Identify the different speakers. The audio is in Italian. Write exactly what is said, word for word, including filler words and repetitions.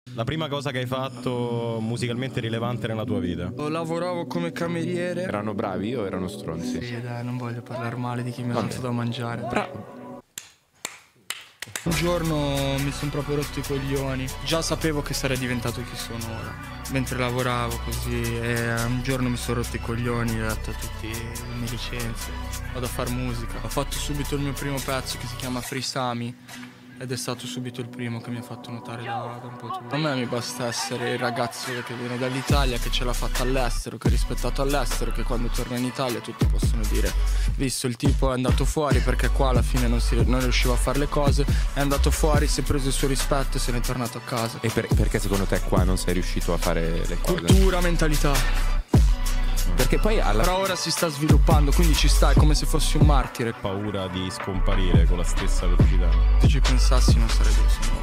Speaker 1: La prima cosa che hai fatto musicalmente rilevante nella tua vita?
Speaker 2: Lavoravo come cameriere.
Speaker 3: Erano bravi o erano stronzi?
Speaker 2: Sì, dai, non voglio parlare male di chi mi ha dato da mangiare.
Speaker 3: Bravo.
Speaker 2: Un giorno mi sono proprio rotto i coglioni. Già sapevo che sarei diventato chi sono ora. Mentre lavoravo così, e un giorno mi sono rotto i coglioni, ho detto a tutti mi licenzio, vado a far musica. Ho fatto subito il mio primo pezzo che si chiama Free Sami. Ed è stato subito il primo che mi ha fatto notare da, da un po' tutto. A me mi basta essere il ragazzo che viene dall'Italia, che ce l'ha fatta all'estero, che è rispettato all'estero, che quando torna in Italia tutti possono dire: visto il tipo è andato fuori perché qua alla fine non, si, non riusciva a fare le cose, è andato fuori, si è preso il suo rispetto e se n'è tornato a casa.
Speaker 3: E per, perché secondo te qua non sei riuscito a fare le cose?
Speaker 2: Cultura, mentalità.
Speaker 3: Perché poi alla
Speaker 2: Però ora si sta sviluppando, quindi ci sta, è come se fossi un martire.
Speaker 1: Paura di scomparire con la stessa velocità?
Speaker 2: Se ci pensassi non sarei dove sono ora.